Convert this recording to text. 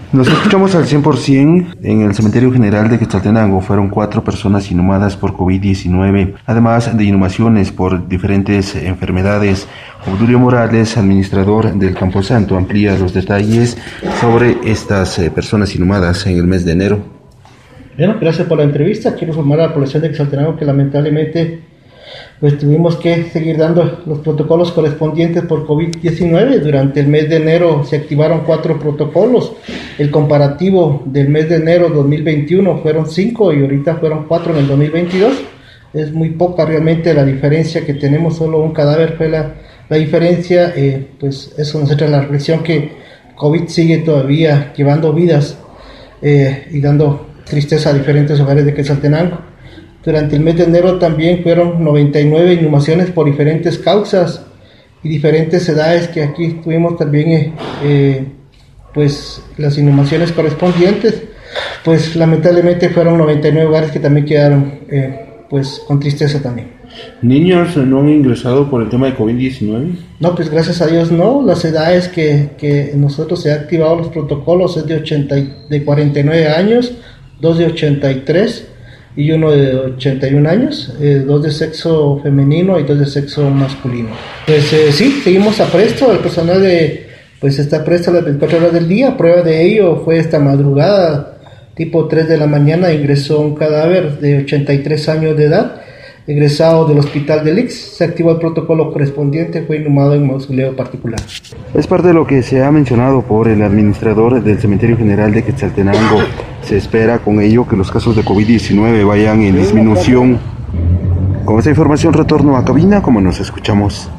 Nos escuchamos al 100%. En el cementerio general de Quetzaltenango fueron 4 personas inhumadas por COVID-19, además de inhumaciones por diferentes enfermedades. Obdulio Morales, administrador del Camposanto, amplía los detalles sobre estas personas inhumadas en el mes de enero. Bueno, gracias por la entrevista. Quiero informar a la población de Quetzaltenango que lamentablemente pues tuvimos que seguir dando los protocolos correspondientes por COVID-19. Durante el mes de enero se activaron 4 protocolos. El comparativo del mes de enero 2021 fueron 5 y ahorita fueron 4 en el 2022. Es muy poca realmente la diferencia que tenemos, solo un cadáver fue la diferencia. Pues eso nos entra en la reflexión que COVID sigue todavía llevando vidas y dando tristeza a diferentes hogares de Quetzaltenango. Durante el mes de enero también fueron 99 inhumaciones por diferentes causas y diferentes edades, que aquí tuvimos también pues las inhumaciones correspondientes. Pues lamentablemente fueron 99 hogares que también quedaron pues con tristeza también. ¿Niños no han ingresado por el tema de COVID-19? No, pues gracias a Dios no. Las edades que nosotros se han activado los protocolos es de 49 años, 2 de 83 y 1 de 81 años, 2 de sexo femenino y 2 de sexo masculino. Pues sí, seguimos a presto, el personal pues está presto a las 24 horas del día. Prueba de ello fue esta madrugada, tipo 3 de la mañana, ingresó un cadáver de 83 años de edad, egresado del hospital del IX, se activó el protocolo correspondiente, fue inhumado en mausoleo particular. Es parte de lo que se ha mencionado por el administrador del Cementerio General de Quetzaltenango. Se espera con ello que los casos de COVID-19 vayan en disminución. Con esta información retorno a cabina, como nos escuchamos.